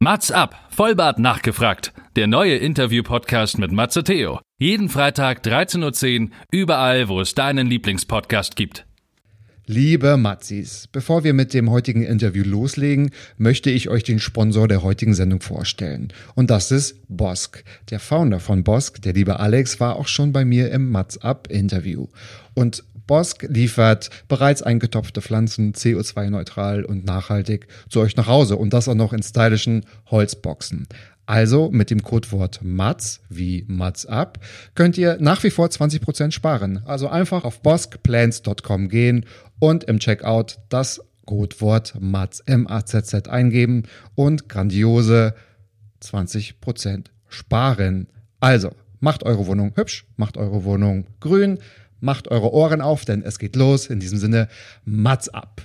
Mats ab, Vollbart nachgefragt. Der neue Interview-Podcast mit Matze Theo. Jeden Freitag 13.10 Uhr, überall, wo es deinen Lieblingspodcast gibt. Liebe Matzis, bevor wir mit dem heutigen Interview loslegen, möchte ich euch den Sponsor der heutigen Sendung vorstellen. Und das ist Bosk. Der Founder von Bosk, der liebe Alex, war auch schon bei mir im Mats-Up-Interview. Und Bosk liefert bereits eingetopfte Pflanzen, CO2-neutral und nachhaltig zu euch nach Hause. Und das auch noch in stylischen Holzboxen. Also mit dem Codewort MATS, wie Mats ab, könnt ihr nach wie vor 20% sparen. Also einfach auf boskplants.com gehen und im Checkout das Codewort MATZ, M-A-Z-Z eingeben und grandiose 20% sparen. Also macht eure Wohnung hübsch, macht eure Wohnung grün, macht eure Ohren auf, denn es geht los. In diesem Sinne, Mats ab.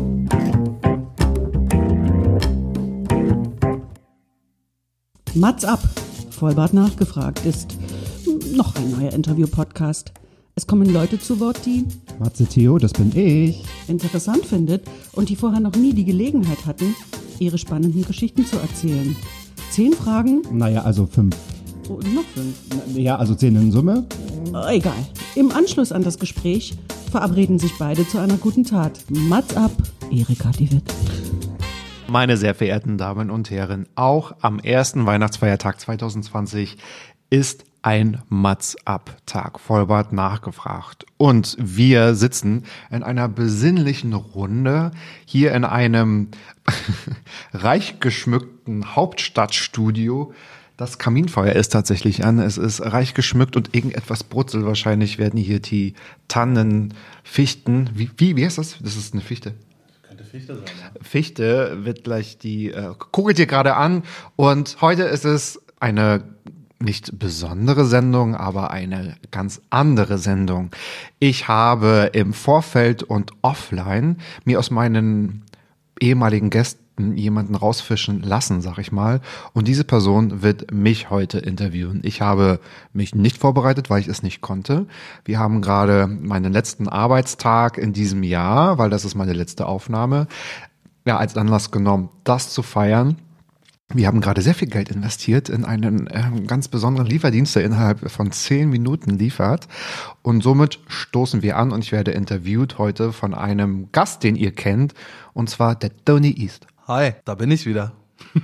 Mats ab, Vollbart nachgefragt ist noch ein neuer Interview-Podcast. Es kommen Leute zu Wort, die Matze Theo, das bin ich. interessant findet und die vorher noch nie die Gelegenheit hatten, ihre spannenden Geschichten zu erzählen. 10 Fragen? Naja, also 5. Und noch 5. Ja, also 10 in Summe. Egal. Im Anschluss an das Gespräch verabreden sich beide zu einer guten Tat. Mats ab, Erika die Witt. Meine sehr verehrten Damen und Herren, auch am ersten Weihnachtsfeiertag 2020 ist ein Mats-Ab-Tag, Vollbart nachgefragt. Und wir sitzen in einer besinnlichen Runde hier in einem reich geschmückten Hauptstadtstudio. Das Kaminfeuer ist tatsächlich an, es ist reich geschmückt und irgendetwas brutzelt. Wahrscheinlich werden hier die Tannen, Fichten, wie heißt das? Das ist eine Fichte. Fichte sein, ja. Fichte wird gleich kugelt hier gerade an und heute ist es eine nicht besondere Sendung, aber eine ganz andere Sendung. Ich habe im Vorfeld und offline mir aus meinen ehemaligen Gästen jemanden rausfischen lassen, sag ich mal. Und diese Person wird mich heute interviewen. Ich habe mich nicht vorbereitet, weil ich es nicht konnte. Wir haben gerade meinen letzten Arbeitstag in diesem Jahr, weil das ist meine letzte Aufnahme, ja, als Anlass genommen, das zu feiern. Wir haben gerade sehr viel Geld investiert in einen ganz besonderen Lieferdienst, der innerhalb von 10 Minuten liefert. Und somit stoßen wir an und ich werde interviewt heute von einem Gast, den ihr kennt, und zwar der Tony East. Hi, da bin ich wieder.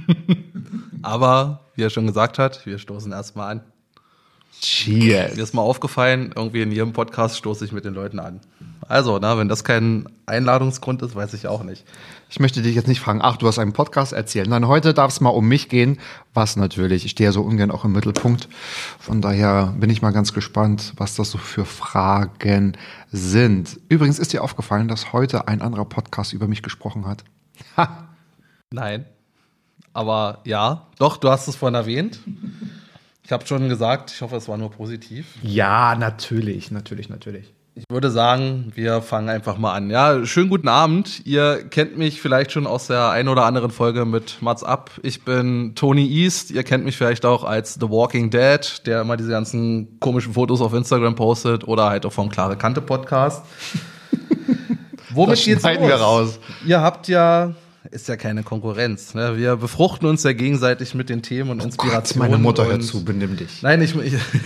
Aber, wie er schon gesagt hat, wir stoßen erstmal an. Cheers. Mir ist mal aufgefallen, irgendwie in jedem Podcast stoße ich mit den Leuten an. Also, wenn das kein Einladungsgrund ist, weiß ich auch nicht. Ich möchte dich jetzt nicht fragen, ach, du hast einen Podcast erzählt. Nein, heute darf es mal um mich gehen, was natürlich, ich stehe ja so ungern auch im Mittelpunkt. Von daher bin ich mal ganz gespannt, was das so für Fragen sind. Übrigens ist dir aufgefallen, dass heute ein anderer Podcast über mich gesprochen hat. Ha! Nein, aber ja, doch, du hast es vorhin erwähnt. Ich habe schon gesagt, ich hoffe, es war nur positiv. Ja, natürlich. Ich würde sagen, wir fangen einfach mal an. Ja, schönen guten Abend. Ihr kennt mich vielleicht schon aus der einen oder anderen Folge mit Mats ab. Ich bin Tony East. Ihr kennt mich vielleicht auch als The Walking Dead, der immer diese ganzen komischen Fotos auf Instagram postet oder halt auch vom Klare Kante Podcast. Womit Das geht's schneiden los? wir raus. Ihr habt ja, ist ja keine Konkurrenz. Ne? Wir befruchten uns ja gegenseitig mit den Themen und Inspirationen. Meine Mutter hört und zu, benimm dich. Nein, ich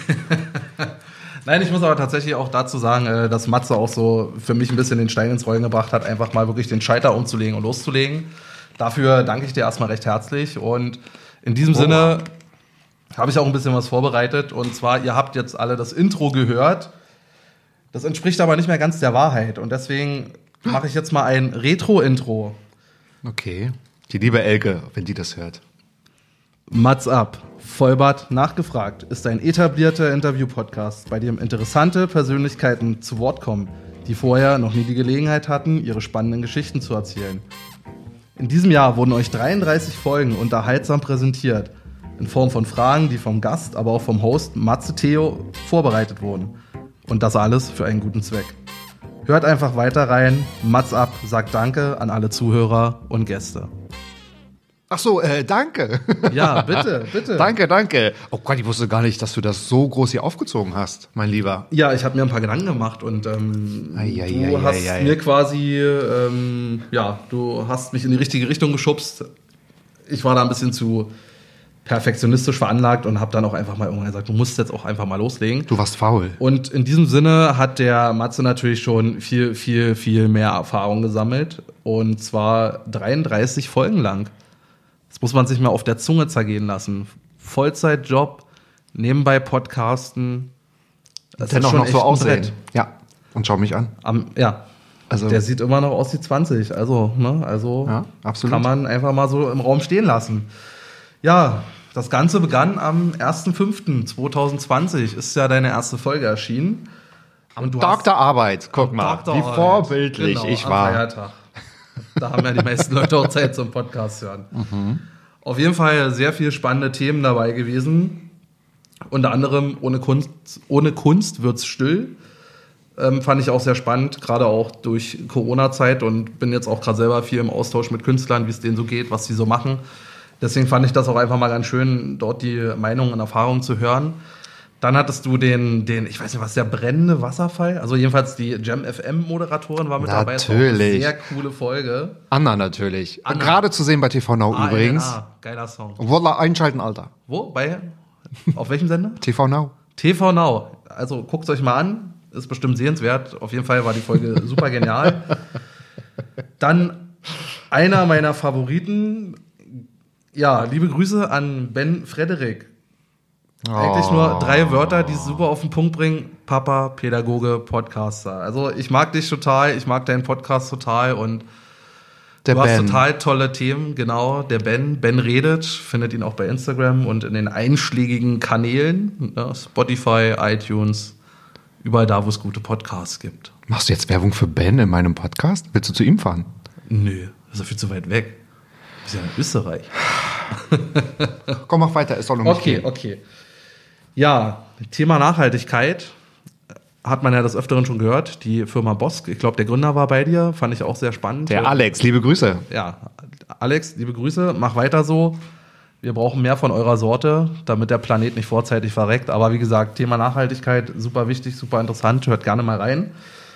muss aber tatsächlich auch dazu sagen, dass Matze auch so für mich ein bisschen den Stein ins Rollen gebracht hat, einfach mal wirklich den Schalter umzulegen und loszulegen. Dafür danke ich dir erstmal recht herzlich. Und in diesem Sinne habe ich auch ein bisschen was vorbereitet. Und zwar, ihr habt jetzt alle das Intro gehört. Das entspricht aber nicht mehr ganz der Wahrheit. Und deswegen mache ich jetzt mal ein Retro-Intro. Okay, die liebe Elke, wenn die das hört. Mats ab, Vollbart nachgefragt ist ein etablierter Interview-Podcast, bei dem interessante Persönlichkeiten zu Wort kommen, die vorher noch nie die Gelegenheit hatten, ihre spannenden Geschichten zu erzählen. In diesem Jahr wurden euch 33 Folgen unterhaltsam präsentiert, in Form von Fragen, die vom Gast, aber auch vom Host Matze Theo vorbereitet wurden. Und das alles für einen guten Zweck. Hört einfach weiter rein. Mats ab sagt Danke an alle Zuhörer und Gäste. Ach so, danke. Ja, bitte. Danke. Oh Gott, ich wusste gar nicht, dass du das so groß hier aufgezogen hast, mein Lieber. Ja, ich habe mir ein paar Gedanken gemacht und du hast mir quasi, du hast mich in die richtige Richtung geschubst. ich war da ein bisschen zu perfektionistisch veranlagt und habe dann auch einfach mal irgendwann gesagt, du musst jetzt auch einfach mal loslegen. Du warst faul. Und in diesem Sinne hat der Matze natürlich schon viel, viel, viel mehr Erfahrung gesammelt. Und zwar 33 Folgen lang. Das muss man sich mal auf der Zunge zergehen lassen. Vollzeitjob, nebenbei Podcasten. Das Dennoch ist schon noch so echt ein aussehen. Brett. Ja, und schau mich an. Also, Der sieht immer noch aus wie 20. Also ja, absolut. kann man einfach mal so im Raum stehen lassen. Ja, das Ganze begann am 1.5.2020. Ist ja deine erste Folge erschienen. Und du Tag der Arbeit, guck mal, wie vorbildlich genau, ich am war. Feiertag. Da haben ja die meisten Leute auch Zeit zum Podcast hören. Auf jeden Fall sehr viele spannende Themen dabei gewesen. Unter anderem ohne Kunst wird's still. Fand ich auch sehr spannend, gerade auch durch Corona-Zeit und bin jetzt auch gerade selber viel im Austausch mit Künstlern, wie es denen so geht, was sie so machen. Deswegen fand ich das auch einfach mal ganz schön, dort die Meinungen und Erfahrungen zu hören. Dann hattest du den, ich weiß nicht was, der brennende Wasserfall. Also jedenfalls die Jam FM-Moderatorin war mit dabei. Das war eine sehr coole Folge. Anna natürlich. Anna. Gerade zu sehen bei TV Now übrigens. Geiler Song. Wollte einschalten, Alter. Wo? Auf welchem Sender? TV Now. TV Now. Also guckt euch mal an. Ist bestimmt sehenswert. Auf jeden Fall war die Folge super genial. Dann einer meiner Favoriten. Ja, liebe Grüße an Ben Frederik. Eigentlich nur 3 Wörter, die es super auf den Punkt bringen. Papa, Pädagoge, Podcaster. Also ich mag dich total, ich mag deinen Podcast total und du hast total tolle Themen. Genau, der Ben redet, findet ihn auch bei Instagram und in den einschlägigen Kanälen, ne, Spotify, iTunes, überall da, wo es gute Podcasts gibt. Machst du jetzt Werbung für Ben in meinem Podcast? Willst du zu ihm fahren? Nö, das ist ja viel zu weit weg. Das ist ja in Österreich. Komm, mach weiter, ist doch noch nicht Okay. Ja, Thema Nachhaltigkeit hat man ja des Öfteren schon gehört. Die Firma Bosk, ich glaube, der Gründer war bei dir, fand ich auch sehr spannend. Der Alex, liebe Grüße. Ja, Alex, liebe Grüße, mach weiter so. Wir brauchen mehr von eurer Sorte, damit der Planet nicht vorzeitig verreckt. Aber wie gesagt, Thema Nachhaltigkeit, super wichtig, super interessant, hört gerne mal rein.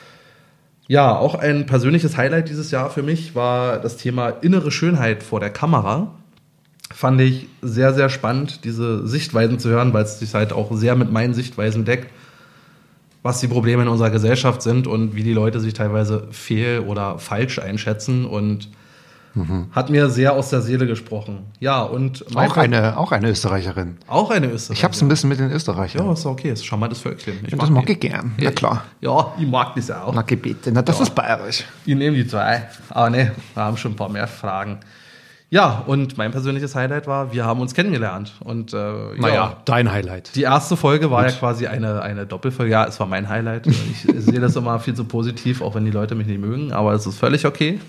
Ja, auch ein persönliches Highlight dieses Jahr für mich war das Thema innere Schönheit vor der Kamera. Fand ich sehr, sehr spannend, diese Sichtweisen zu hören, weil es sich halt auch sehr mit meinen Sichtweisen deckt, was die Probleme in unserer Gesellschaft sind und wie die Leute sich teilweise fehl- oder falsch einschätzen und hat mir sehr aus der Seele gesprochen. Ja, und Auch eine Österreicherin. Auch eine Österreicherin. Ich hab's ein bisschen mit den Österreichern. Ja, ist okay, ist schon mal das Völkchen. Das mag ich gern, na klar. Ja, ich mag das auch. Na bitte, na, das Ja. ist bayerisch. Ich nehme die 2. Aber ne, wir haben schon ein paar mehr Fragen. Ja, und mein persönliches Highlight war, wir haben uns kennengelernt. Und Dein Highlight. die erste Folge war ja quasi eine Doppelfolge. Ja, es war mein Highlight. Ich sehe das immer viel zu positiv, auch wenn die Leute mich nicht mögen, aber es ist völlig okay.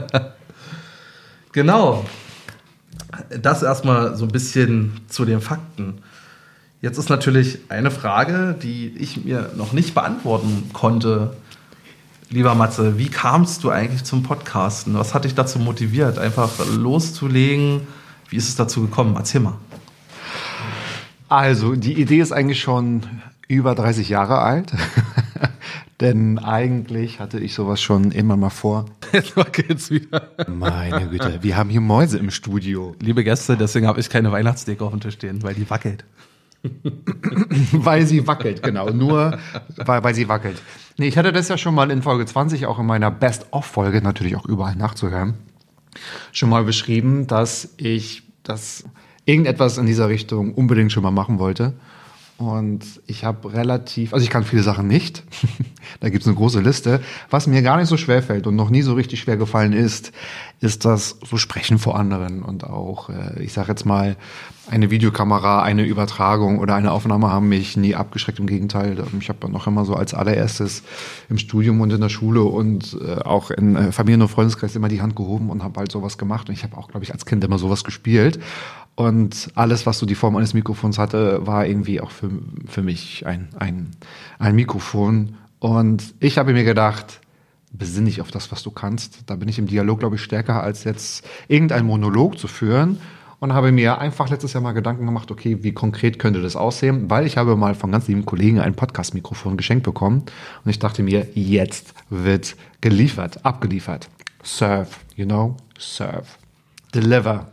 Genau. Das erstmal so ein bisschen zu den Fakten. Jetzt ist natürlich eine Frage, die ich mir noch nicht beantworten konnte. Lieber Matze, wie kamst du eigentlich zum Podcasten? Was hat dich dazu motiviert, einfach loszulegen? Wie ist es dazu gekommen? Erzähl mal. Also, die Idee ist eigentlich schon über 30 Jahre alt. Denn eigentlich hatte ich sowas schon immer mal vor. Jetzt wackelt's wieder. Meine Güte, wir haben hier Mäuse im Studio. Liebe Gäste, deswegen habe ich keine Weihnachtsdeko auf dem Tisch stehen, weil die wackelt. Weil sie wackelt, genau. Nur weil sie wackelt. Nee, ich hatte das ja schon mal in Folge 20, auch in meiner Best-of-Folge, natürlich auch überall nachzuhören, schon mal beschrieben, dass ich irgendetwas in dieser Richtung unbedingt schon mal machen wollte. Und ich habe ich kann viele Sachen nicht. Da gibt's eine große Liste. Was mir gar nicht so schwer fällt und noch nie so richtig schwer gefallen ist das so Sprechen vor anderen und auch, ich sage jetzt mal, eine Videokamera, eine Übertragung oder eine Aufnahme haben mich nie abgeschreckt. Im Gegenteil, ich habe noch immer so als allererstes im Studium und in der Schule und auch in Familien- und Freundeskreis immer die Hand gehoben und habe halt sowas gemacht. Und ich habe auch, glaube ich, als Kind immer sowas gespielt. Und alles, was so die Form eines Mikrofons hatte, war irgendwie auch für mich ein Mikrofon. Und ich habe mir gedacht, besinn dich auf das, was du kannst. Da bin ich im Dialog, glaube ich, stärker, als jetzt irgendein Monolog zu führen. Und habe mir einfach letztes Jahr mal Gedanken gemacht, okay, wie konkret könnte das aussehen? Weil ich habe mal von ganz lieben Kollegen ein Podcast-Mikrofon geschenkt bekommen. Und ich dachte mir, jetzt wird abgeliefert. Serve, serve. Deliver.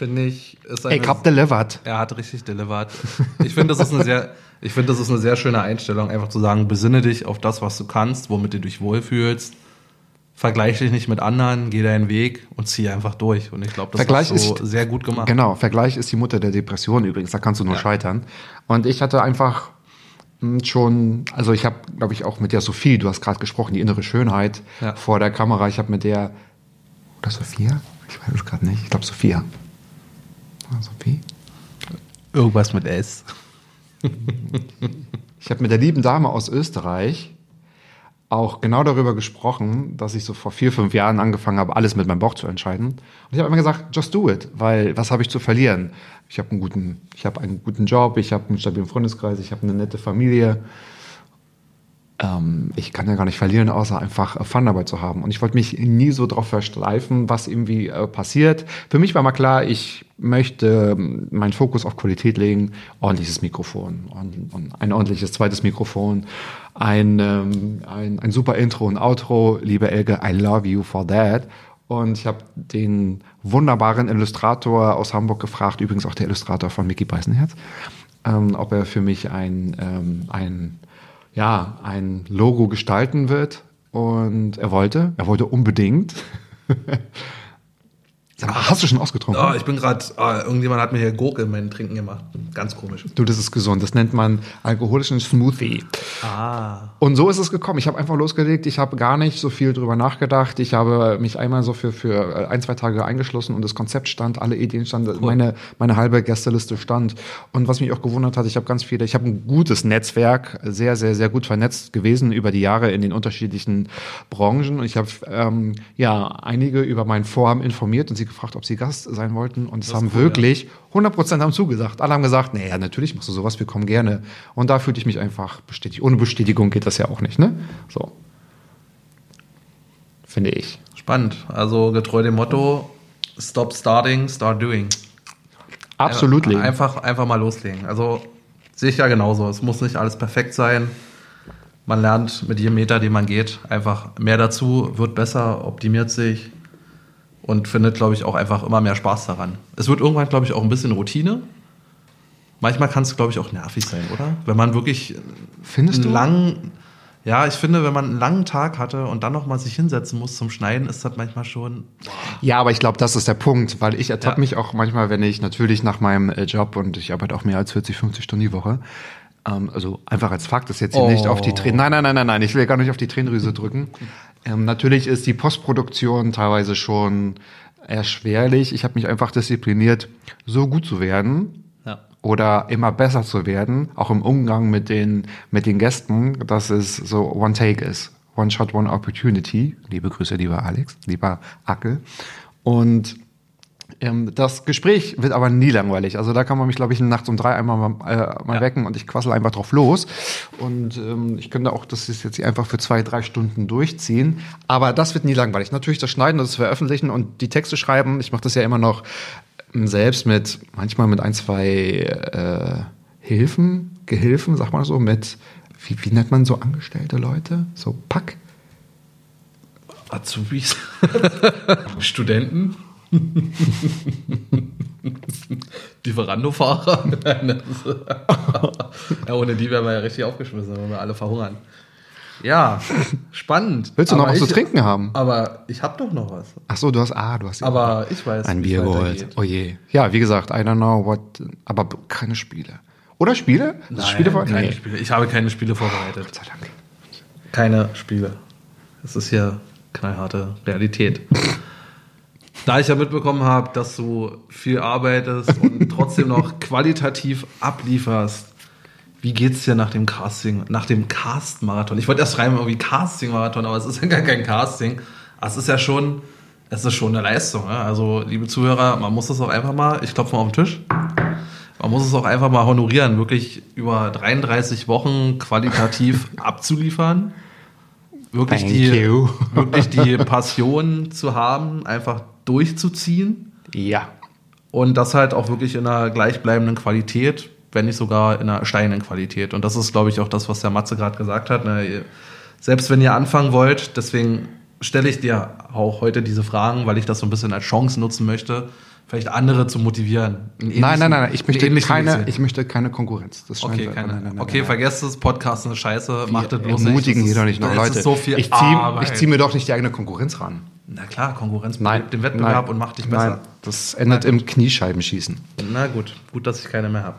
finde ich, ist Ich hab delivered. Er hat richtig delivered. Ich finde, das ist eine sehr schöne Einstellung, einfach zu sagen, besinne dich auf das, was du kannst, womit du dich wohlfühlst. Vergleich dich nicht mit anderen, geh deinen Weg und zieh einfach durch. Und ich glaube, das ist so sehr gut gemacht. Genau, Vergleich ist die Mutter der Depression übrigens, da kannst du nur scheitern. Und ich hatte einfach schon, also ich habe, glaube ich, auch mit der Sophie, du hast gerade gesprochen, die innere Schönheit vor der Kamera, ich habe mit der, oder Sophia? Ich weiß es gerade nicht, ich glaube Sophia. Sophie? Irgendwas mit S. Ich habe mit der lieben Dame aus Österreich auch genau darüber gesprochen, dass ich so vor 4-5 Jahren angefangen habe, alles mit meinem Bauch zu entscheiden. Und ich habe immer gesagt, just do it, weil was habe ich zu verlieren? Ich habe einen guten Job, ich habe einen stabilen Freundeskreis, ich habe eine nette Familie. Ich kann ja gar nicht verlieren, außer einfach Fun dabei zu haben. Und ich wollte mich nie so drauf versteifen, was irgendwie passiert. Für mich war mal klar, ich möchte meinen Fokus auf Qualität legen. Ordentliches Mikrofon und ein ordentliches zweites Mikrofon. Ein super Intro und Outro. Liebe Elke, I love you for that. Und ich habe den wunderbaren Illustrator aus Hamburg gefragt, übrigens auch der Illustrator von Mickey Beißenherz, ob er für mich ein Logo gestalten wird. Und er wollte unbedingt. Sag mal, hast du schon ausgetrunken? Oh, ich bin gerade, irgendjemand hat mir hier Gurke in meinen Trinken gemacht. Ganz komisch. Du, das ist gesund. Das nennt man alkoholischen Smoothie. Und so ist es gekommen. Ich habe einfach losgelegt. Ich habe gar nicht so viel drüber nachgedacht. Ich habe mich einmal so für 1-2 Tage eingeschlossen und das Konzept stand, alle Ideen standen, cool. meine halbe Gästeliste stand. Und was mich auch gewundert hat, ich habe ein gutes Netzwerk, sehr, sehr, sehr gut vernetzt gewesen über die Jahre in den unterschiedlichen Branchen. Und ich habe einige über mein Vorhaben informiert und sie gefragt, ob sie Gast sein wollten. Und es haben cool, wirklich 100% haben zugesagt. Alle haben gesagt, naja, natürlich machst du sowas, wir kommen gerne. Und da fühlte ich mich einfach bestätigt. Ohne Bestätigung geht das ja auch nicht, ne? So. Finde ich. Spannend. Also getreu dem Motto, stop starting, start doing. Absolut. Einfach mal loslegen. Also sehe ich ja genauso. Es muss nicht alles perfekt sein. Man lernt mit jedem Meter, den man geht, einfach mehr dazu, wird besser, optimiert sich und findet, glaube ich, auch einfach immer mehr Spaß daran. Es wird irgendwann, glaube ich, auch ein bisschen Routine. Manchmal kann es, glaube ich, auch nervig sein, oder? Wenn man wirklich Findest du? Ja, ich finde, wenn man einen langen Tag hatte und dann nochmal sich hinsetzen muss zum Schneiden, ist das manchmal schon... Ja, aber ich glaube, das ist der Punkt, weil ich ertappe mich auch manchmal, wenn ich natürlich nach meinem Job, und ich arbeite auch mehr als 40, 50 Stunden die Woche, also einfach als Fakt, ist jetzt hier nicht auf die Nein, ich will gar nicht auf die Tränendrüse drücken. Natürlich ist die Postproduktion teilweise schon erschwerlich. Ich habe mich einfach diszipliniert, so gut zu werden oder immer besser zu werden, auch im Umgang mit den Gästen, dass es so One Take ist. One Shot, One Opportunity. Liebe Grüße, lieber Alex, lieber Ackel. Und das Gespräch wird aber nie langweilig. Also da kann man mich, glaube ich, nachts um 3 einmal mal wecken und ich quassel einfach drauf los. Und ich könnte auch das jetzt hier einfach für 2-3 Stunden durchziehen. Aber das wird nie langweilig. Natürlich das Schneiden, das Veröffentlichen und die Texte schreiben. Ich mache das ja immer noch selbst manchmal mit 1-2 Gehilfen, sagt man so, mit, wie nennt man so angestellte Leute? So Pack? Azubis? Studenten? Lieferando-Fahrer? Ja, ohne die wären wir ja richtig aufgeschmissen, wenn wir alle verhungern. Ja, spannend. Willst du noch was zu trinken haben? Aber ich habe doch noch was. Ach so, du hast aber ich weiß, ein Bier geholt. Oh je. Ja, wie gesagt, I don't know what, aber keine Spiele. Oder Spiele? Keine Spiele. Ich habe keine Spiele vorbereitet. Gott sei Dank. Keine Spiele. Es ist hier knallharte Realität. Da ich ja mitbekommen habe, dass du viel arbeitest und trotzdem noch qualitativ ablieferst, wie geht's dir nach dem Cast-Marathon? Ich wollte erst schreiben, irgendwie Casting-Marathon, aber es ist ja gar kein Casting. Es ist schon eine Leistung. Ja? Also, liebe Zuhörer, man muss das auch einfach mal, ich klopfe mal auf den Tisch, man muss es auch einfach mal honorieren, wirklich über 33 Wochen qualitativ abzuliefern. Wirklich die Passion zu haben, einfach durchzuziehen. Ja. Und das halt auch wirklich in einer gleichbleibenden Qualität, wenn nicht sogar in einer steigenden Qualität. Und das ist, glaube ich, auch das, was der Matze gerade gesagt hat. Selbst wenn ihr anfangen wollt, deswegen stelle ich dir auch heute diese Fragen, weil ich das so ein bisschen als Chance nutzen möchte, vielleicht andere zu motivieren. Nein. Ich möchte keine Konkurrenz. Das okay, nein. Vergesst es. Podcast ist scheiße. Macht das bloß nicht. Ermutigen hier doch nicht noch Leute. So viel ich zieh mir doch nicht die eigene Konkurrenz ran. Na klar, Konkurrenz bleibt den Wettbewerb und macht dich besser. Nein, das endet im Kniescheibenschießen. Na gut, dass ich keine mehr habe.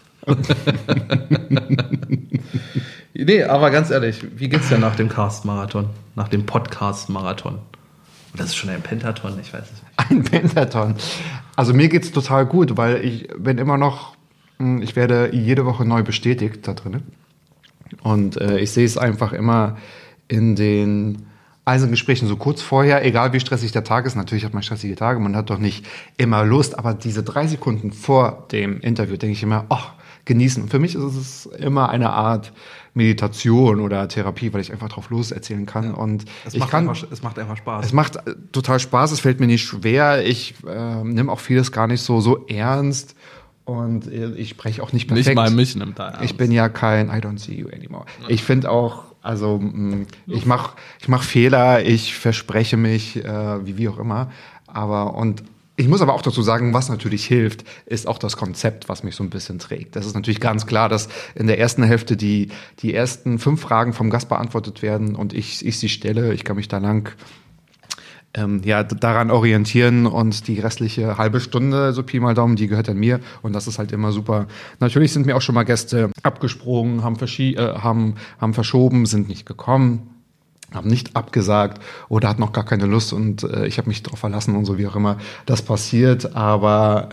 Nee, aber ganz ehrlich, wie geht's denn nach dem Cast-Marathon? Nach dem Podcast-Marathon? Das ist schon ein Pentaton, ich weiß es nicht. Ein Pentaton. Also mir geht's total gut, weil ich werde jede Woche neu bestätigt da drin. Und ich sehe es einfach immer in den Gesprächen so kurz vorher, egal wie stressig der Tag ist. Natürlich hat man stressige Tage, man hat doch nicht immer Lust, aber diese 3 Sekunden vor dem Interview denke ich immer, genießen. Und für mich ist es immer eine Art Meditation oder Therapie, weil ich einfach drauf los erzählen kann. Und es macht einfach Spaß. Es macht total Spaß, es fällt mir nicht schwer. Ich nehme auch vieles gar nicht so ernst. Und ich spreche auch nicht perfekt. Nicht mal mich nimmt da ernst. Ich bin ja kein I don't see you anymore. Ja. Ich finde auch, ich mach Fehler, ich verspreche mich, wie auch immer. Ich muss aber auch dazu sagen, was natürlich hilft, ist auch das Konzept, was mich so ein bisschen trägt. Das ist natürlich ganz klar, dass in der ersten Hälfte die ersten 5 Fragen vom Gast beantwortet werden und ich sie stelle. Ich kann mich da lang daran orientieren und die restliche halbe Stunde, so Pi mal Daumen, die gehört dann mir und das ist halt immer super. Natürlich sind mir auch schon mal Gäste abgesprungen, haben verschoben, sind nicht gekommen, haben nicht abgesagt oder hatten noch gar keine Lust und ich habe mich darauf verlassen und so, wie auch immer das passiert, aber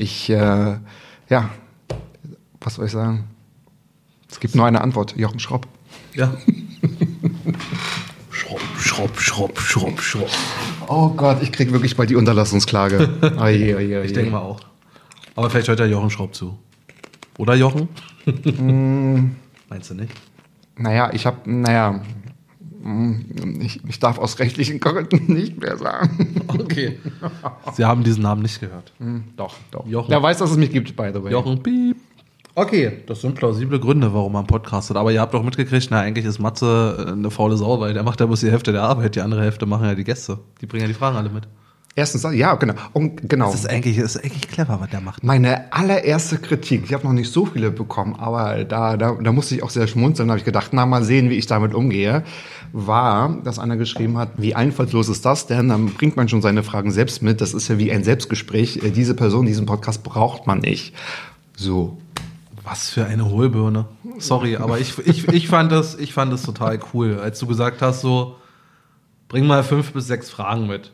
was soll ich sagen? Es gibt nur eine Antwort, Jochen Schropp. Ja. Schropp. Oh Gott, ich krieg wirklich bald die Unterlassungsklage. Ich denke mal auch. Aber vielleicht hört ja Jochen Schropp zu. Oder Jochen? Meinst du nicht? Ich darf aus rechtlichen Gründen nicht mehr sagen. Okay. Sie haben diesen Namen nicht gehört. Doch. Jochen. Wer weiß, dass es mich gibt, by the way. Jochen, piep. Okay, das sind plausible Gründe, warum man podcastet. Aber ihr habt doch mitgekriegt, eigentlich ist Matze eine faule Sau, weil der macht ja bloß die Hälfte der Arbeit, die andere Hälfte machen ja die Gäste. Die bringen ja die Fragen alle mit. Erstens, ja, genau. Und genau. Das ist eigentlich clever, was der macht. Meine allererste Kritik, ich habe noch nicht so viele bekommen, aber da musste ich auch sehr schmunzeln, da habe ich gedacht, mal sehen, wie ich damit umgehe, war, dass einer geschrieben hat, wie einfallslos ist das denn? Dann bringt man schon seine Fragen selbst mit. Das ist ja wie ein Selbstgespräch. Diese Person, diesen Podcast braucht man nicht. So. Was für eine Hohlbirne. Sorry, aber ich fand das total cool, als du gesagt hast, so, bring mal 5 bis 6 Fragen mit.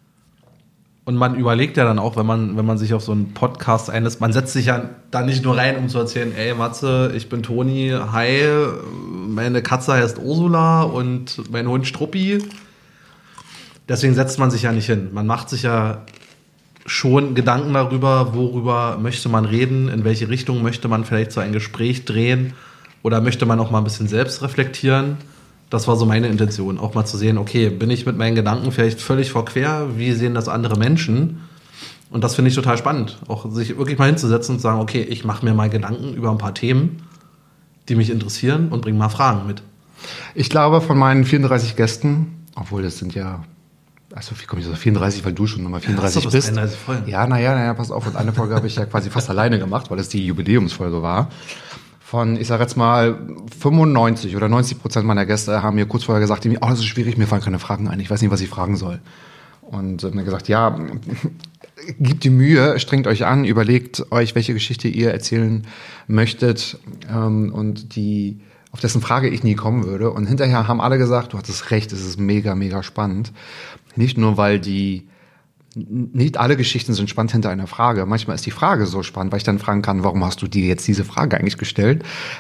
Und man überlegt ja dann auch, wenn man sich auf so einen Podcast einlässt, man setzt sich ja da nicht nur rein, um zu erzählen, ey Matze, ich bin Toni, hi, meine Katze heißt Ursula und mein Hund Struppi. Deswegen setzt man sich ja nicht hin. Man macht sich ja schon Gedanken darüber, worüber möchte man reden, in welche Richtung möchte man vielleicht so ein Gespräch drehen oder möchte man auch mal ein bisschen selbst reflektieren. Das war so meine Intention, auch mal zu sehen, okay, bin ich mit meinen Gedanken vielleicht völlig verquer, wie sehen das andere Menschen? Und das finde ich total spannend, auch sich wirklich mal hinzusetzen und zu sagen, okay, ich mache mir mal Gedanken über ein paar Themen, die mich interessieren und bringe mal Fragen mit. Ich glaube, von meinen 34 Gästen, obwohl das sind ja, wie komme ich so 34, weil du schon Nummer 34 bist. 31 Folgen. Ja, pass auf. Und eine Folge habe ich ja quasi fast alleine gemacht, weil es die Jubiläumsfolge war. Von, ich sage jetzt mal, 95 oder 90% meiner Gäste haben mir kurz vorher gesagt, das ist schwierig, mir fallen keine Fragen ein, ich weiß nicht, was ich fragen soll. Und mir gesagt, ja, gebt die Mühe, strengt euch an, überlegt euch, welche Geschichte ihr erzählen möchtet und auf dessen Frage ich nie kommen würde. Und hinterher haben alle gesagt, du hattest recht, es ist mega, mega spannend. Nicht nur, weil nicht alle Geschichten sind spannend hinter einer Frage. Manchmal ist die Frage so spannend, weil ich dann fragen kann, warum hast du dir jetzt diese Frage eigentlich gestellt?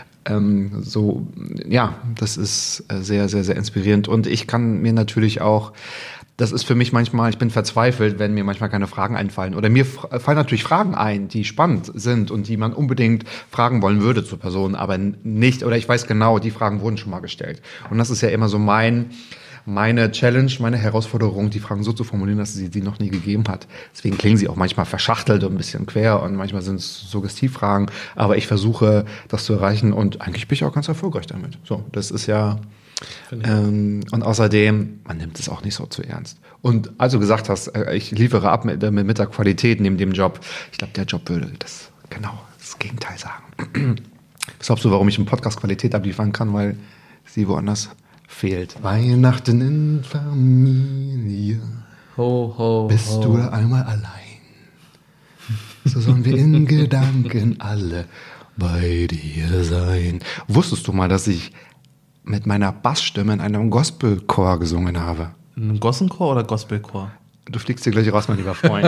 Das ist sehr, sehr, sehr inspirierend. Und ich kann mir natürlich auch, das ist für mich manchmal, ich bin verzweifelt, wenn mir manchmal keine Fragen einfallen. Oder mir fallen natürlich Fragen ein, die spannend sind und die man unbedingt fragen wollen würde zur Person, aber nicht, oder ich weiß genau, die Fragen wurden schon mal gestellt. Und das ist ja immer so mein meine Challenge, meine Herausforderung, die Fragen so zu formulieren, dass sie noch nie gegeben hat. Deswegen klingen sie auch manchmal verschachtelt und ein bisschen quer und manchmal sind es Suggestivfragen. Aber ich versuche, das zu erreichen und eigentlich bin ich auch ganz erfolgreich damit. So, das ist ja... und außerdem, man nimmt es auch nicht so zu ernst. Und als du gesagt hast, ich liefere ab mit der Qualität neben dem Job, ich glaube, der Job würde das Gegenteil sagen. Was glaubst du, warum ich im Podcast Qualität abliefern kann? Weil sie woanders fehlt. Weihnachten in Familie. Ho, ho, Bist ho. du einmal allein? So sollen wir in Gedanken alle bei dir sein. Wusstest du mal, dass ich mit meiner Bassstimme in einem Gospelchor gesungen habe? In einem Gossenchor oder Gospelchor? Du fliegst hier gleich raus, mein lieber Freund.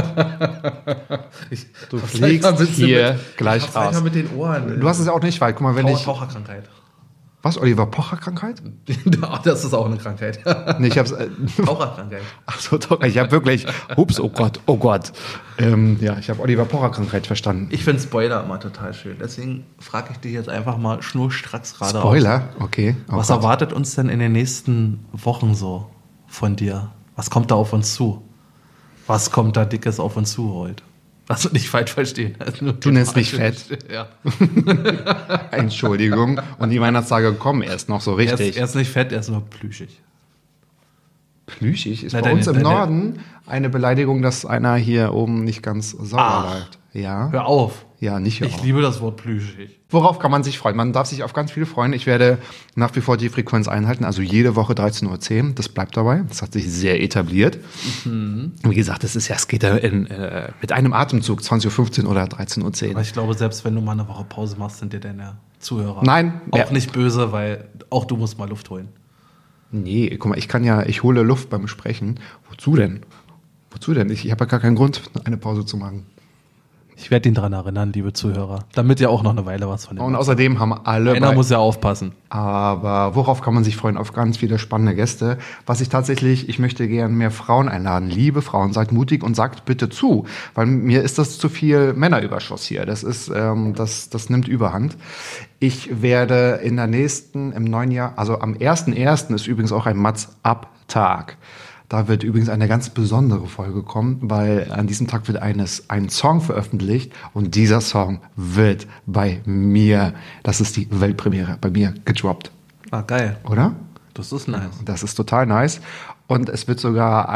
Du Manchmal fliegst bist du hier mit- gleich ich hab's manchmal raus. mit den Ohren. Du hast es ja auch nicht weit. Guck mal, wenn ich... Taucherkrankheit. Was, Oliver Pocher-Krankheit? Das ist auch eine Krankheit. Nee, ich hab's... Taucherkrankheit. Ach so, doch, ich habe wirklich... Ups, oh Gott. Ja, ich habe Oliver Pocher-Krankheit verstanden. Ich finde Spoiler immer total schön. Deswegen frage ich dich jetzt einfach mal schnurstracks gerade Spoiler? Okay. Oh Was Gott. erwartet uns denn in den nächsten Wochen so von dir? Was kommt da auf uns zu? Was kommt da Dickes auf uns zu heute? Also nicht falsch verstehen. Du nennst mich fett. Ja. Entschuldigung. Und die Weihnachtstage kommen erst noch so richtig. Er ist nicht fett, er ist nur plüschig. Plüschig ist Na, bei deine- uns im deine- Norden eine Beleidigung, dass einer hier oben nicht ganz sauber Ach. läuft. Ja. Hör auf. Ja, nicht hör Ich auf. liebe das Wort plüschig. Worauf kann man sich freuen? Man darf sich auf ganz viel freuen. Ich werde nach wie vor die Frequenz einhalten, also jede Woche 13:10 Uhr. Das bleibt dabei. Das hat sich sehr etabliert. Wie gesagt, es geht ja mit einem Atemzug 20:15 Uhr oder 13:10 Aber Uhr. ich glaube, selbst wenn du mal eine Woche Pause machst, sind dir deine Zuhörer Nein. auch Ja. nicht böse, weil auch du musst mal Luft holen. Nee, guck mal, ich hole Luft beim Sprechen. Wozu denn? Ich habe ja gar keinen Grund, eine Pause zu machen. Ich werde ihn daran erinnern, liebe Zuhörer, damit ihr auch noch eine Weile was von dem Und habt. außerdem haben alle Einer muss ja aufpassen. Aber worauf kann man sich freuen? Auf ganz viele spannende Gäste. Ich möchte gern mehr Frauen einladen. Liebe Frauen, seid mutig und sagt bitte zu. Weil mir ist das zu viel Männerüberschuss hier. Das nimmt Überhand. Ich werde im neuen Jahr, also am 1.1. ist übrigens auch ein Mats-Up-Tag. Da wird übrigens eine ganz besondere Folge kommen, weil an diesem Tag wird ein Song veröffentlicht und dieser Song wird bei mir, das ist die Weltpremiere, bei mir gedroppt. Ah, geil. Oder? Das ist nice. Das ist total nice. Und es wird sogar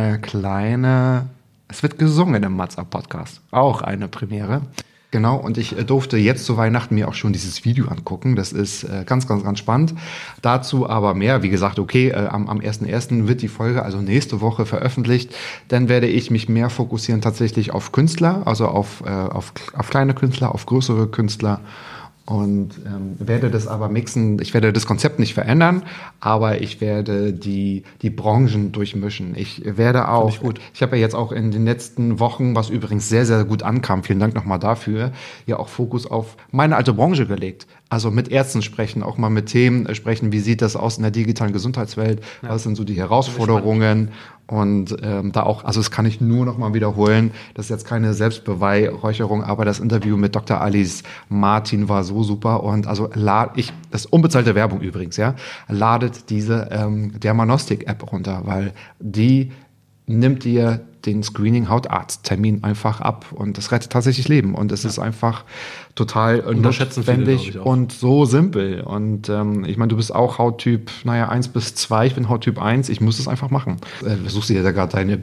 es wird gesungen im Mats-Up-Podcast. Auch eine Premiere. Genau, und ich durfte jetzt zu Weihnachten mir auch schon dieses Video angucken. Das ist ganz, ganz, ganz spannend. Dazu aber mehr. Wie gesagt, okay, am 1.1. wird die Folge, also nächste Woche, veröffentlicht. Dann werde ich mich mehr fokussieren tatsächlich auf Künstler, also auf kleine Künstler, auf größere Künstler. Und werde das aber mixen. Ich werde das Konzept nicht verändern, aber ich werde die Branchen durchmischen. Ich werde auch, ich habe ja jetzt auch in den letzten Wochen, was übrigens sehr, sehr gut ankam, vielen Dank nochmal dafür, ja auch Fokus auf meine alte Branche gelegt. Also mit Ärzten sprechen, auch mal mit Themen sprechen, wie sieht das aus in der digitalen Gesundheitswelt, was sind so die Herausforderungen und da auch, also das kann ich nur noch mal wiederholen, das ist jetzt keine Selbstbeweihräucherung, aber das Interview mit Dr. Alice Martin war so super und also das ist unbezahlte Werbung übrigens, ja, ladet diese Dermanostik-App runter, weil die nimmt dir den Screening-Hautarzt-Termin einfach ab und das rettet tatsächlich Leben und es ist einfach total Unterschätzen viele, notwendig glaub ich, auch. und so simpel und ich meine, du bist auch Hauttyp, 1 bis 2, ich bin Hauttyp 1, ich muss es einfach machen. Versuchst dir ja gerade deine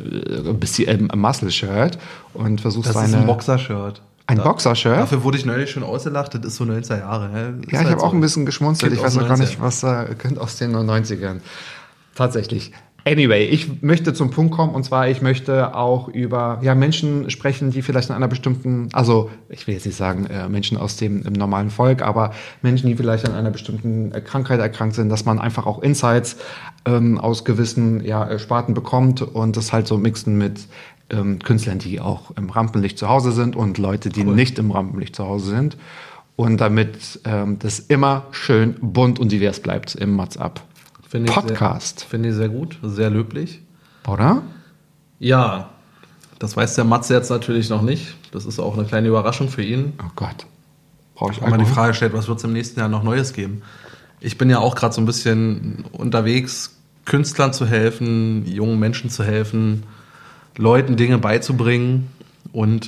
Muscle-Shirt und versuchst Das ist ein Boxershirt. Ein Boxershirt? Dafür wurde ich neulich schon ausgelacht, das ist so 90er Jahre. Ne? Ist Ja, ich halt habe auch ein bisschen geschmunzelt. Kind Ich weiß aus noch gar den nicht, was da könnte aus den 90ern. Tatsächlich. Anyway, ich möchte zum Punkt kommen und zwar, ich möchte auch über Menschen sprechen, die vielleicht in einer bestimmten, also ich will jetzt nicht sagen Menschen aus dem im normalen Volk, aber Menschen, die vielleicht an einer bestimmten Krankheit erkrankt sind, dass man einfach auch Insights aus gewissen Sparten bekommt und das halt so mixen mit Künstlern, die auch im Rampenlicht zu Hause sind und Leute, die nicht im Rampenlicht zu Hause sind. Und damit das immer schön bunt und divers bleibt im Mats-Up Podcast. Finde ich sehr gut, sehr löblich. Oder? Ja, das weiß der Matze jetzt natürlich noch nicht. Das ist auch eine kleine Überraschung für ihn. Oh Gott. Brauche ich Wenn man die Alkohol? Frage stellt, was wird es im nächsten Jahr noch Neues geben? Ich bin ja auch gerade so ein bisschen unterwegs, Künstlern zu helfen, jungen Menschen zu helfen, Leuten Dinge beizubringen. Und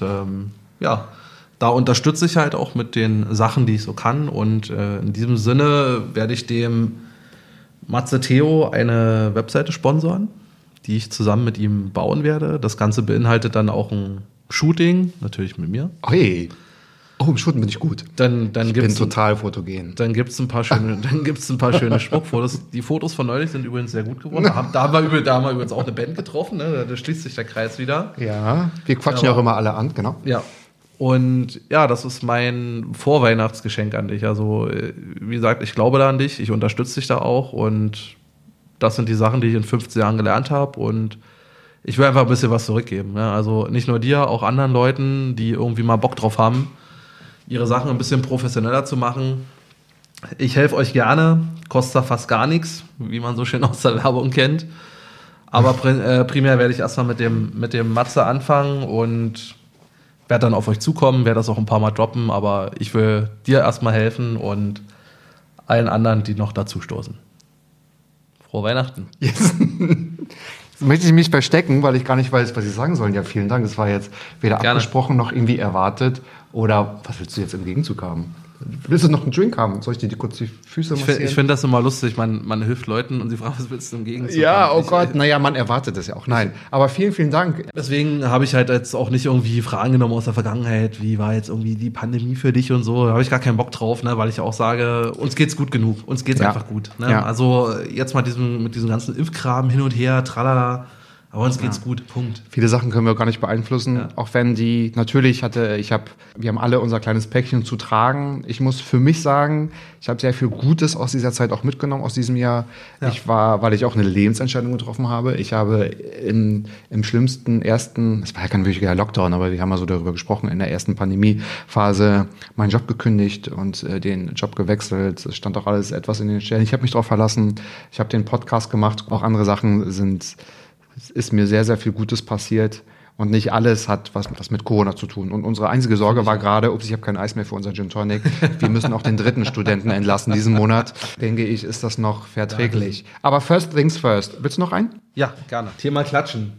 da unterstütze ich halt auch mit den Sachen, die ich so kann. Und in diesem Sinne werde ich dem Matze Theo eine Webseite sponsoren, die ich zusammen mit ihm bauen werde. Das Ganze beinhaltet dann auch ein Shooting, natürlich mit mir. Hey. Oh, im Shooten bin ich gut. Ich bin total fotogen. Dann gibt's ein paar schöne Spruchfotos. Die Fotos von neulich sind übrigens sehr gut geworden. Da haben wir übrigens auch eine Band getroffen, ne? Da schließt sich der Kreis wieder. Ja, wir quatschen ja auch immer alle an, genau. Ja. Und ja, das ist mein Vorweihnachtsgeschenk an dich. Also, wie gesagt, ich glaube da an dich, ich unterstütze dich da auch und das sind die Sachen, die ich in 15 Jahren gelernt habe und ich will einfach ein bisschen was zurückgeben. Ne? Also nicht nur dir, auch anderen Leuten, die irgendwie mal Bock drauf haben, ihre Sachen ein bisschen professioneller zu machen. Ich helfe euch gerne, kostet da fast gar nichts, wie man so schön aus der Werbung kennt. Aber primär werde ich erstmal mit dem Matze anfangen und werde dann auf euch zukommen, werde das auch ein paar Mal droppen, aber ich will dir erstmal helfen und allen anderen, die noch dazu stoßen. Frohe Weihnachten. Yes. Jetzt möchte ich mich verstecken, weil ich gar nicht weiß, was ich sagen soll. Ja, vielen Dank. Es war jetzt weder Gerne. Abgesprochen noch irgendwie erwartet. Oder was willst du jetzt im Gegenzug haben? Willst du noch einen Drink haben? Soll ich dir kurz die Füße massieren? Ich finde das immer lustig. Man hilft Leuten und sie fragen, was willst du im Gegenzug Ja, haben? oh Gott. Naja, man erwartet das ja auch. Nein, aber vielen, vielen Dank. Deswegen habe ich halt jetzt auch nicht irgendwie Fragen genommen aus der Vergangenheit. Wie war jetzt irgendwie die Pandemie für dich und so? Da habe ich gar keinen Bock drauf, ne? Weil ich auch sage, uns geht's gut genug. Uns geht's einfach gut. Ne? Ja. Also jetzt mal mit diesem ganzen Impfkram hin und her, tralala. Aber uns geht's gut, Punkt. Viele Sachen können wir gar nicht beeinflussen, Ja. auch wenn wir haben alle unser kleines Päckchen zu tragen. Ich muss für mich sagen, ich habe sehr viel Gutes aus dieser Zeit auch mitgenommen, aus diesem Jahr. Ja. Weil ich auch eine Lebensentscheidung getroffen habe. Ich habe im schlimmsten ersten, es war ja kein wirklicher Lockdown, aber wir haben mal so darüber gesprochen, in der ersten Pandemiephase meinen Job gekündigt und den Job gewechselt. Es stand auch alles etwas in den Sternen. Ich habe mich darauf verlassen. Ich habe den Podcast gemacht. Auch andere Sachen ist mir sehr, sehr viel Gutes passiert und nicht alles hat was mit Corona zu tun. Und unsere einzige Sorge war gerade, ich habe kein Eis mehr für unser Gin Tonic. Wir müssen auch den 3. Studenten entlassen diesen Monat. Denke ich, ist das noch verträglich. Aber first things first. Willst du noch einen? Ja, gerne. Thema Klatschen.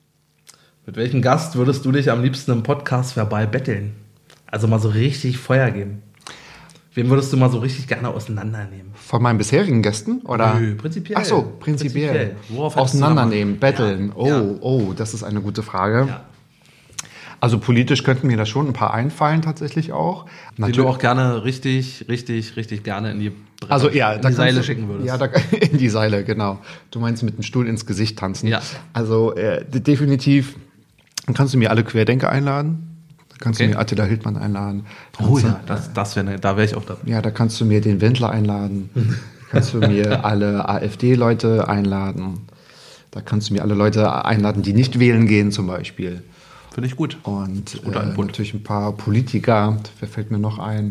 Mit welchem Gast würdest du dich am liebsten im Podcast verbal betteln? Also mal so richtig Feuer geben. Wen würdest du mal so richtig gerne auseinandernehmen? Von meinen bisherigen Gästen? Oder? Nö, prinzipiell. Ach so, prinzipiell. Worauf hättest du Auseinandernehmen, da mal- betteln. Ja. Oh, das ist eine gute Frage. Ja. Also politisch könnten mir da schon ein paar einfallen tatsächlich auch. Den du auch gerne richtig gerne in die Also ja, in da die Seile kannst du- schicken würdest. Ja, in die Seile, genau. Du meinst mit dem Stuhl ins Gesicht tanzen. Ja. Also definitiv. Dann kannst du mir alle Querdenker einladen. Da kannst Okay. du mir Attila Hildmann einladen. Oh Kannst ja, du- da wäre ich auch dabei. Ja, da kannst du mir den Wendler einladen. Kannst du mir alle AfD-Leute einladen. Da kannst du mir alle Leute einladen, die nicht wählen gehen zum Beispiel. Finde ich gut. Und Guter Input. natürlich ein paar Politiker. Wer fällt mir noch ein?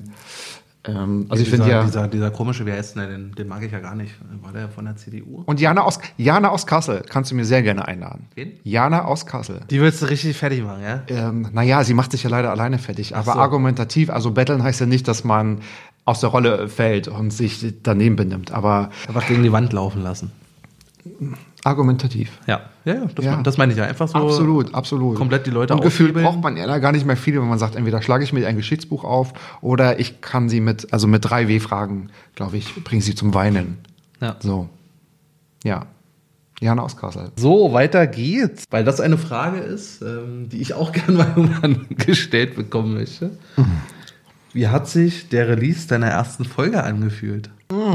Also ich finde ja... Dieser komische, wer ist denn, den mag ich ja gar nicht. War der von der CDU? Und Jana aus Kassel kannst du mir sehr gerne einladen. Wen? Jana aus Kassel. Die willst du richtig fertig machen, ja? Naja, sie macht sich ja leider alleine fertig. Aber so. argumentativ, also betteln heißt ja nicht, dass man aus der Rolle fällt und sich daneben benimmt. Aber Einfach gegen die Wand laufen lassen. argumentativ. Ja, Ja. das meine ich ja. Einfach so Absolut. komplett die Leute Und gefühlt aushebeln. braucht man ja gar nicht mehr viel, wenn man sagt, entweder schlage ich mir ein Geschichtsbuch auf oder ich kann sie mit 3 W-Fragen, glaube ich, bringe sie zum Weinen. Ja. So. Ja. Jana aus Kassel. So, weiter geht's. Weil das eine Frage ist, die ich auch gerne mal irgendwann gestellt bekommen möchte. Wie hat sich der Release deiner ersten Folge angefühlt?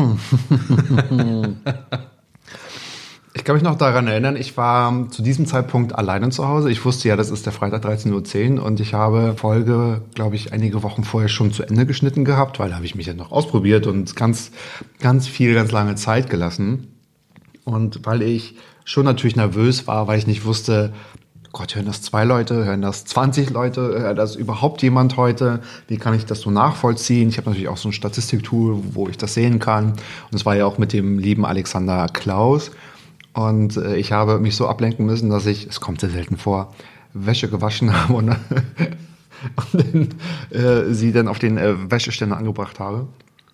Ich kann mich noch daran erinnern, ich war zu diesem Zeitpunkt alleine zu Hause. Ich wusste ja, das ist der Freitag 13:10 Uhr und ich habe Folge, glaube ich, einige Wochen vorher schon zu Ende geschnitten gehabt, weil da habe ich mich ja noch ausprobiert und ganz lange Zeit gelassen. Und weil ich schon natürlich nervös war, weil ich nicht wusste, Gott, hören das 2 Leute, hören das 20 Leute, hört das überhaupt jemand heute? Wie kann ich das so nachvollziehen? Ich habe natürlich auch so ein Statistiktool, wo ich das sehen kann. Und das war ja auch mit dem lieben Alexander Klaus. Und ich habe mich so ablenken müssen, dass ich, es kommt sehr selten vor, Wäsche gewaschen habe und sie dann auf den Wäscheständer angebracht habe.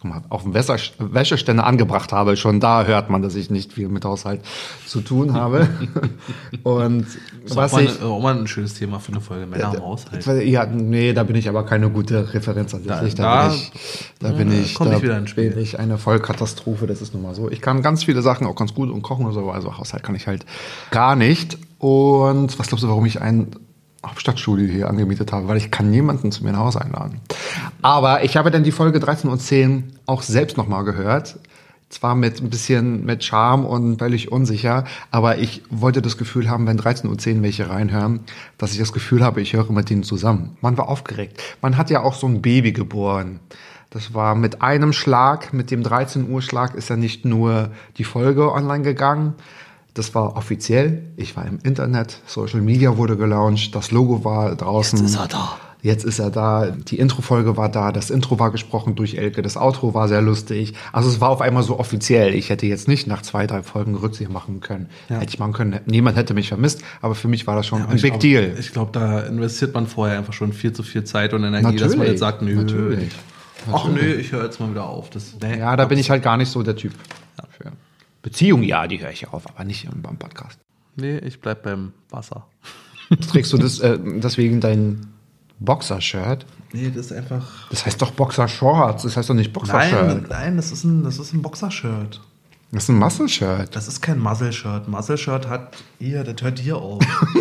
mal auf dem Wäscheständer angebracht habe. Schon da hört man, dass ich nicht viel mit Haushalt zu tun habe. Und Das ist auch mal ein schönes Thema für eine Folge, Männer im Haushalt. Ja, nee, da bin ich aber keine gute Referenz tatsächlich. Da bin ich eine Vollkatastrophe, das ist nun mal so. Ich kann ganz viele Sachen auch ganz gut und kochen und so, also Haushalt kann ich halt gar nicht. Und was glaubst du, warum ich ein Hauptstadtstudio hier angemietet habe? Weil ich kann niemanden zu mir nach Hause einladen. Aber ich habe dann die Folge 13 und 10 auch selbst nochmal gehört. Zwar mit ein bisschen mit Charme und völlig unsicher, aber ich wollte das Gefühl haben, wenn 13 und 10 welche reinhören, dass ich das Gefühl habe, ich höre mit denen zusammen. Man war aufgeregt. Man hat ja auch so ein Baby geboren. Das war mit einem Schlag, mit dem 13 Uhr Schlag ist ja nicht nur die Folge online gegangen. Das war offiziell. Ich war im Internet. Social Media wurde gelauncht. Das Logo war draußen. Jetzt ist er da. Die Intro-Folge war da. Das Intro war gesprochen durch Elke. Das Outro war sehr lustig. Also es war auf einmal so offiziell. Ich hätte jetzt nicht nach 2, 3 Folgen Rücksicht machen können. Ja. Hätte ich machen können. Niemand hätte mich vermisst. Aber für mich war das schon ein Big Deal. Ich glaube, da investiert man vorher einfach schon viel zu viel Zeit und Energie, dass man jetzt sagt, nö. Natürlich. Ach nö, ich höre jetzt mal wieder auf. Ja, da bin ich halt gar nicht so der Typ. Ja. Beziehung, ja, die höre ich auf, aber nicht beim Podcast. Nee, ich bleib beim Wasser. Trägst du deswegen dein Boxer-Shirt? Nee, das ist einfach... Das heißt doch Boxer-Shorts, das heißt doch nicht Boxer-Shirt. Nein, das ist ein Boxer-Shirt. Das ist ein Muscle-Shirt. Das ist kein Muscle-Shirt. Muscle-Shirt das hört hier auf.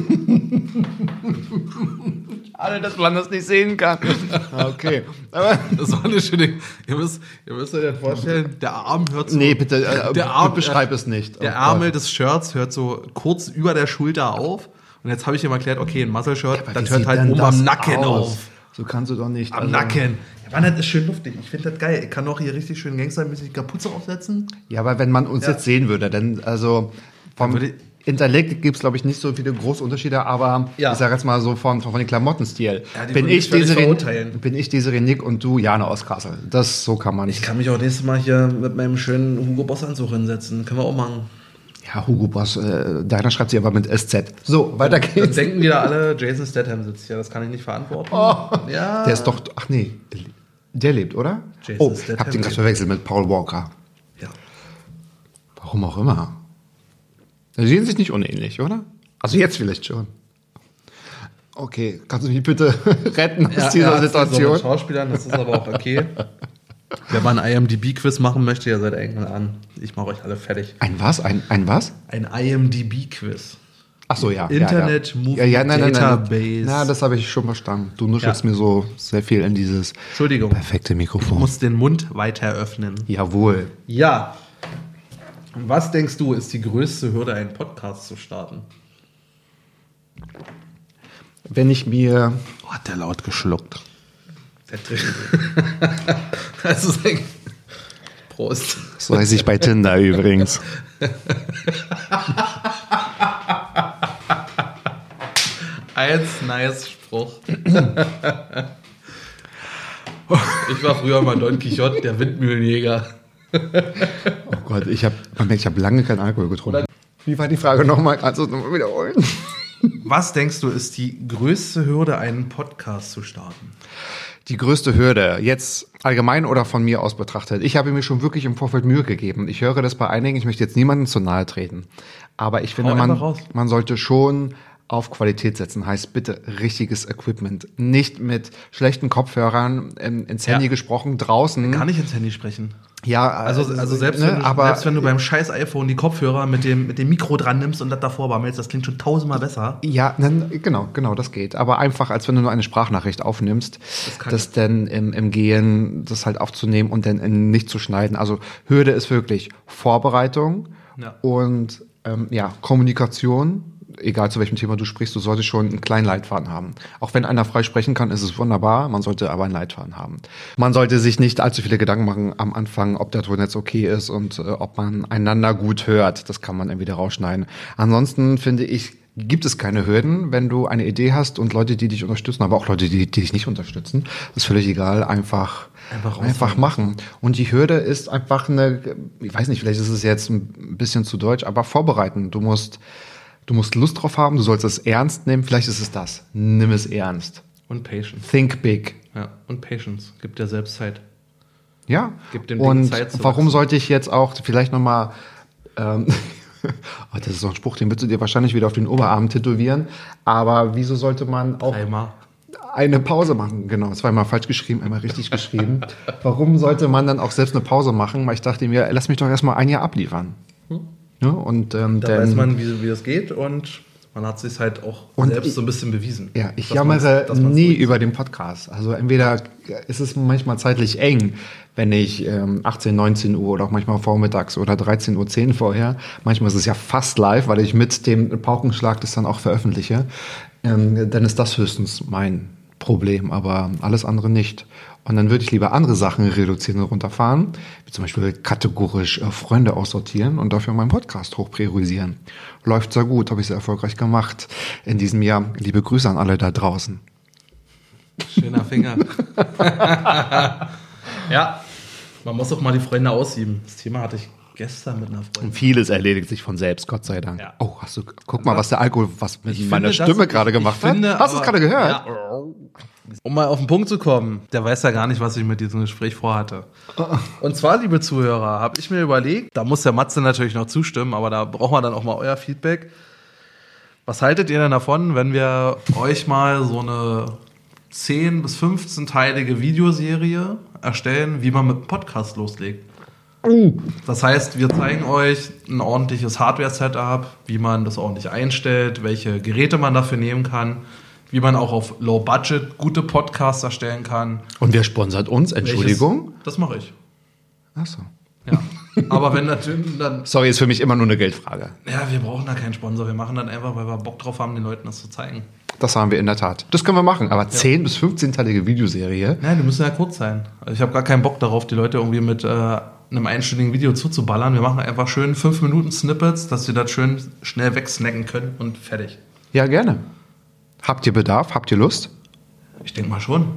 Alle, dass man das nicht sehen kann. Okay. Aber das war eine schöne... Ihr müsst euch das vorstellen, der Arm hört so... Nee, bitte, beschreib es nicht. Der Ärmel des Shirts hört so kurz über der Schulter auf. Und jetzt habe ich ihm erklärt, okay, ein Muscle-Shirt, das hört halt oben am Nacken auf. So kannst du doch nicht. Am Nacken. Ja, Mann, das ist schön luftig. Ich finde das geil. Ich kann auch hier richtig schön gangstermäßig Kapuze aufsetzen. Ja, aber wenn man uns jetzt sehen würde, dann, also vom Intellekt gibt es, glaube ich, nicht so viele große Unterschiede, aber ich sage jetzt mal so von den Klamottenstil. Ja, bin ich Desiree Nick und du Jana aus Kassel. So kann man nicht. Ich kann mich auch nächstes Mal hier mit meinem schönen Hugo Boss-Anzug hinsetzen. Können wir auch machen. Ja, Hugo Boss, deiner schreibt sie aber mit SZ. So, weiter geht's. Dann denken wieder alle, Jason Statham sitzt hier. Das kann ich nicht verantworten. Oh, ja. Der ist doch, ach nee, der lebt, oder? Jason Statham. Hab den gerade verwechselt mit Paul Walker. Ja. Warum auch immer. Sie sehen sich nicht unähnlich, oder? Also jetzt vielleicht schon. Okay, kannst du mich bitte retten aus dieser Situation? Mit Schauspielern, das ist aber auch okay. Wenn man ein IMDb-Quiz machen möchte, ja, seid Engel an. Ich mache euch alle fertig. Ein was? Ein was? Ein IMDb-Quiz. Ach so, ja. Internet Movie Database. Na, das habe ich schon verstanden. Du nuschelst mir so sehr viel in dieses perfekte Mikrofon. Du musst den Mund weiter öffnen. Jawohl. Ja. Was denkst du, ist die größte Hürde, einen Podcast zu starten? Wenn ich mir... Oh, hat der laut geschluckt. Das ist ein... Prost. So heiße ich bei Tinder übrigens. Als nice Spruch. Ich war früher mal Don Quixote, der Windmühlenjäger. Oh Gott, ich habe lange keinen Alkohol getrunken. Wie war die Frage nochmal? Kannst du es nochmal wiederholen? Was denkst du, ist die größte Hürde, einen Podcast zu starten? Die größte Hürde, jetzt allgemein oder von mir aus betrachtet. Ich habe mir schon wirklich im Vorfeld Mühe gegeben. Ich höre das bei einigen, ich möchte jetzt niemandem zu nahe treten. Aber ich finde, man sollte schon auf Qualität setzen. Heißt bitte richtiges Equipment. Nicht mit schlechten Kopfhörern ins Handy gesprochen, draußen. Gar nicht ins Handy sprechen. Ja, also selbst wenn du beim scheiß iPhone die Kopfhörer mit dem Mikro dran nimmst und das davor bammelst, das klingt schon 1000-mal besser. Ja, genau, das geht. Aber einfach, als wenn du nur eine Sprachnachricht aufnimmst, das dann im Gehen, das halt aufzunehmen und dann nicht zu schneiden. Also Hürde ist wirklich Vorbereitung und Kommunikation. Egal zu welchem Thema du sprichst, du solltest schon einen kleinen Leitfaden haben. Auch wenn einer frei sprechen kann, ist es wunderbar. Man sollte aber einen Leitfaden haben. Man sollte sich nicht allzu viele Gedanken machen am Anfang, ob der Ton jetzt okay ist und ob man einander gut hört. Das kann man entweder rausschneiden. Ansonsten finde ich, gibt es keine Hürden, wenn du eine Idee hast und Leute, die dich unterstützen, aber auch Leute, die dich nicht unterstützen. Das ist völlig egal. Einfach machen. Und die Hürde ist einfach ich weiß nicht, vielleicht ist es jetzt ein bisschen zu deutsch, aber vorbereiten. Du musst Lust drauf haben, du sollst es ernst nehmen. Vielleicht ist es das. Nimm es ernst. Und Patience. Think big. Ja, und Patience. Gib dir selbst Zeit. Ja. Gib dem Ding Und Zeit zu warum wachsen. sollte ich jetzt auch vielleicht nochmal, oh, das ist so ein Spruch, den würdest du dir wahrscheinlich wieder auf den Oberarm tätowieren, aber wieso sollte man auch Einmal. eine Pause machen? Genau, zweimal falsch geschrieben, einmal richtig geschrieben. Warum sollte man dann auch selbst eine Pause machen? Weil ich dachte mir, lass mich doch erstmal ein Jahr abliefern. Ja, und Da weiß man, wie das geht und man hat sich halt auch Und selbst so ein bisschen bewiesen. ja, ich Dass man's- jammere dass man's nie durchzieht. über den Podcast. Also entweder ist es manchmal zeitlich eng, wenn ich 18, 19 Uhr oder auch manchmal vormittags oder 13:10 Uhr vorher. Manchmal ist es ja fast live, weil ich mit dem Paukenschlag das dann auch veröffentliche. Dann ist das höchstens mein Problem, aber alles andere nicht. Und dann würde ich lieber andere Sachen reduzieren und runterfahren, wie zum Beispiel kategorisch Freunde aussortieren und dafür meinen Podcast hoch priorisieren. Läuft sehr gut, habe ich sehr erfolgreich gemacht in diesem Jahr. Liebe Grüße an alle da draußen. Schöner Finger. Ja, man muss auch mal die Freunde aussieben. Das Thema hatte ich gestern mit einer Und Freundin. vieles erledigt sich von selbst, Gott sei Dank. Ja. Oh, guck mal, was der Alkohol, was mit Ich meiner finde, Stimme das- gerade ich gemacht finde, hat. Hast du es aber- gerade gehört? Ja. Um mal auf den Punkt zu kommen, der weiß ja gar nicht, was ich mit diesem Gespräch vorhatte. Und zwar, liebe Zuhörer, habe ich mir überlegt, da muss der Matze natürlich noch zustimmen, aber da brauchen wir dann auch mal euer Feedback. Was haltet ihr denn davon, wenn wir euch mal so eine 10- bis 15-teilige Videoserie erstellen, wie man mit einem Podcast loslegt? Das heißt, wir zeigen euch ein ordentliches Hardware-Setup, wie man das ordentlich einstellt, welche Geräte man dafür nehmen kann, wie man auch auf Low Budget gute Podcasts erstellen kann. Und wer sponsert uns? Entschuldigung? Welches, das mache ich. Ach so. Ja. Aber wenn natürlich dann. Sorry, ist für mich immer nur eine Geldfrage. Ja, wir brauchen da keinen Sponsor. Wir machen dann einfach, weil wir Bock drauf haben, den Leuten das zu zeigen. Das haben wir in der Tat. Das können wir machen, aber 10- bis 15-teilige Videoserie. Nein, die müssen ja kurz sein. Also ich habe gar keinen Bock darauf, die Leute irgendwie mit einem einstündigen Video zuzuballern. Wir machen einfach schön 5 Minuten Snippets, dass sie das schön schnell wegsnacken können und fertig. Ja, gerne. Habt ihr Bedarf? Habt ihr Lust? Ich denke mal schon.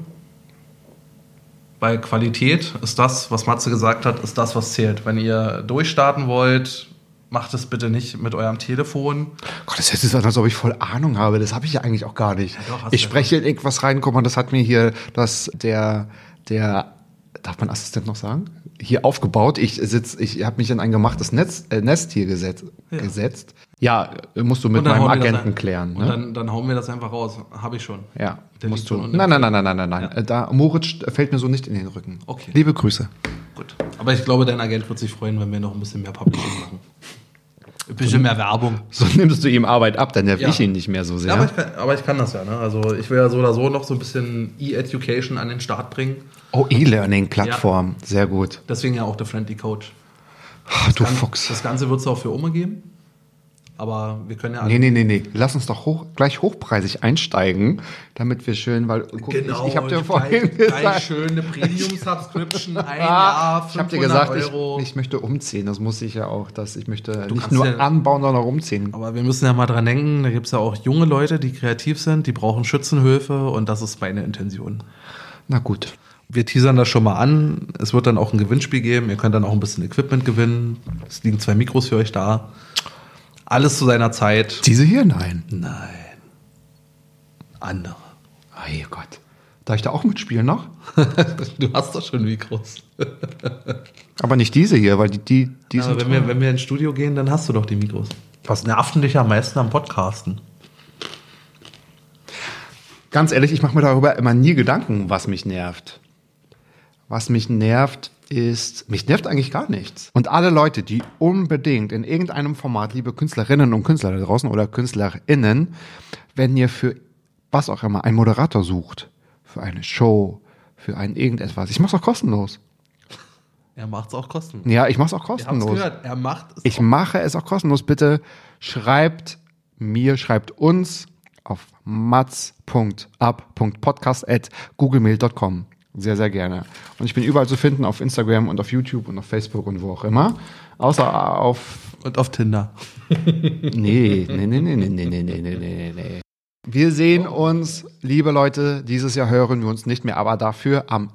Weil Qualität ist das, was Matze gesagt hat, ist das, was zählt. Wenn ihr durchstarten wollt, macht es bitte nicht mit eurem Telefon. Gott, das hört sich so an, als ob ich voll Ahnung habe. Das habe ich ja eigentlich auch gar nicht. Ja, doch, hast Ich du. spreche in irgendwas rein, guck mal, das hat mir hier der, darf man Assistent noch sagen? Hier aufgebaut. Ich habe mich in ein gemachtes Nest hier gesetzt. Ja, musst du mit Und dann meinem hauen wir das Agenten ein- klären. Und Ne? dann hauen wir das einfach raus. Habe ich schon. Ja, Der musst liegt du. schon unten. Nein. Ja. Da Moritz fällt mir so nicht in den Rücken. Okay. Liebe Grüße. Gut. Aber ich glaube, dein Agent wird sich freuen, wenn wir noch ein bisschen mehr Publishing machen. Ein bisschen mehr Werbung. So nimmst du ihm Arbeit ab, dann nerv Ja. ich ihn nicht mehr so sehr. Ja, aber ich kann das ja. Ne? Also ich will ja so oder so noch so ein bisschen E-Education an den Start bringen. Oh, E-Learning-Plattform. Sehr gut. Deswegen ja auch der Friendly Coach. Ach, du Fuchs. Das Ganze wird es auch für Oma geben. Aber wir können ja Nee. Lass uns doch gleich hochpreisig einsteigen, damit wir schön, weil guck, ich habe dir vorhin gleich gesagt, schöne Premium-Subscription, ein Jahr, 500 ich habe dir gesagt, Euro. ich möchte umziehen. Das muss ich ja auch, ich möchte Du nicht kannst nur ja- anbauen, sondern auch umziehen. Aber wir müssen ja mal dran denken, da gibt es ja auch junge Leute, die kreativ sind, die brauchen Schützenhilfe und das ist meine Intention. Na gut. Wir teasern das schon mal an. Es wird dann auch ein Gewinnspiel geben. Ihr könnt dann auch ein bisschen Equipment gewinnen. Es liegen 2 Mikros für euch da. Alles zu seiner Zeit. Diese hier? Nein. Nein. Andere. Hey Gott. Darf ich da auch mitspielen noch? Du hast doch schon Mikros. Aber nicht diese hier, weil die Aber sind wenn wir ins Studio gehen, dann hast du doch die Mikros. Was nervt denn dich am meisten am Podcasten? Ganz ehrlich, ich mache mir darüber immer nie Gedanken, was mich nervt. Was mich nervt mich nervt eigentlich gar nichts. Und alle Leute, die unbedingt in irgendeinem Format, liebe Künstlerinnen und Künstler da draußen oder KünstlerInnen, wenn ihr für was auch immer einen Moderator sucht, für eine Show, für ein irgendetwas, ich mach's auch kostenlos. Er macht's auch kostenlos. Ja, ich mach's auch Ihr habt's kostenlos. gehört, er macht es Ich mache es auch kostenlos. Bitte schreibt uns auf mats.ab.podcast@googlemail.com. Sehr, sehr gerne. Und ich bin überall zu finden, auf Instagram und auf YouTube und auf Facebook und wo auch immer. Außer auf... und auf Tinder. Nee. Wir sehen uns, liebe Leute, dieses Jahr hören wir uns nicht mehr, aber dafür am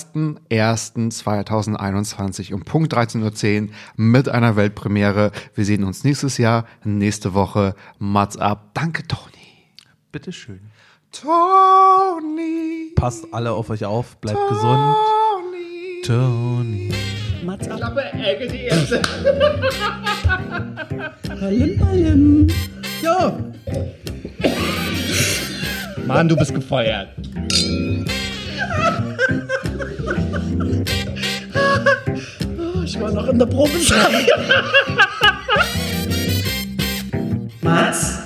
1.1.2021 um Punkt 13:10 Uhr mit einer Weltpremiere. Wir sehen uns nächstes Jahr, nächste Woche. Mats ab. Danke, Toni. Bitteschön. Toni. Passt alle auf euch auf, bleibt gesund. Toni. Toni. Mats ab. Klappe, Ecke, die erste. Palim, palim. Ja. Mann, du bist gefeuert. Ich war noch in der Probe. Mats